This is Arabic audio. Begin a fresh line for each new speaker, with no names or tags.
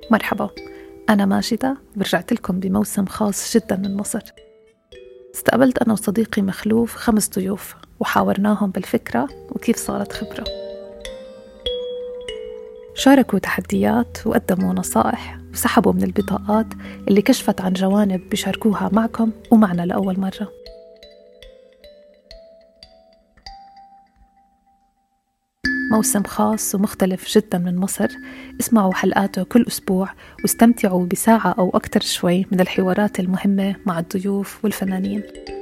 مرحبا، أنا ماجدة ورجعت لكم بموسم خاص جدا من مصر. استقبلت أنا وصديقي مخلوف 5 ضيوف وحاورناهم بالفكرة وكيف صارت خبرة. شاركوا تحديات وقدموا نصائح وسحبوا من البطاقات اللي كشفت عن جوانب بيشاركوها معكم ومعنا لأول مرة. موسم خاص ومختلف جدا من مصر، اسمعوا حلقاته كل أسبوع واستمتعوا بساعة أو أكتر شوي من الحوارات المهمة مع الضيوف والفنانين.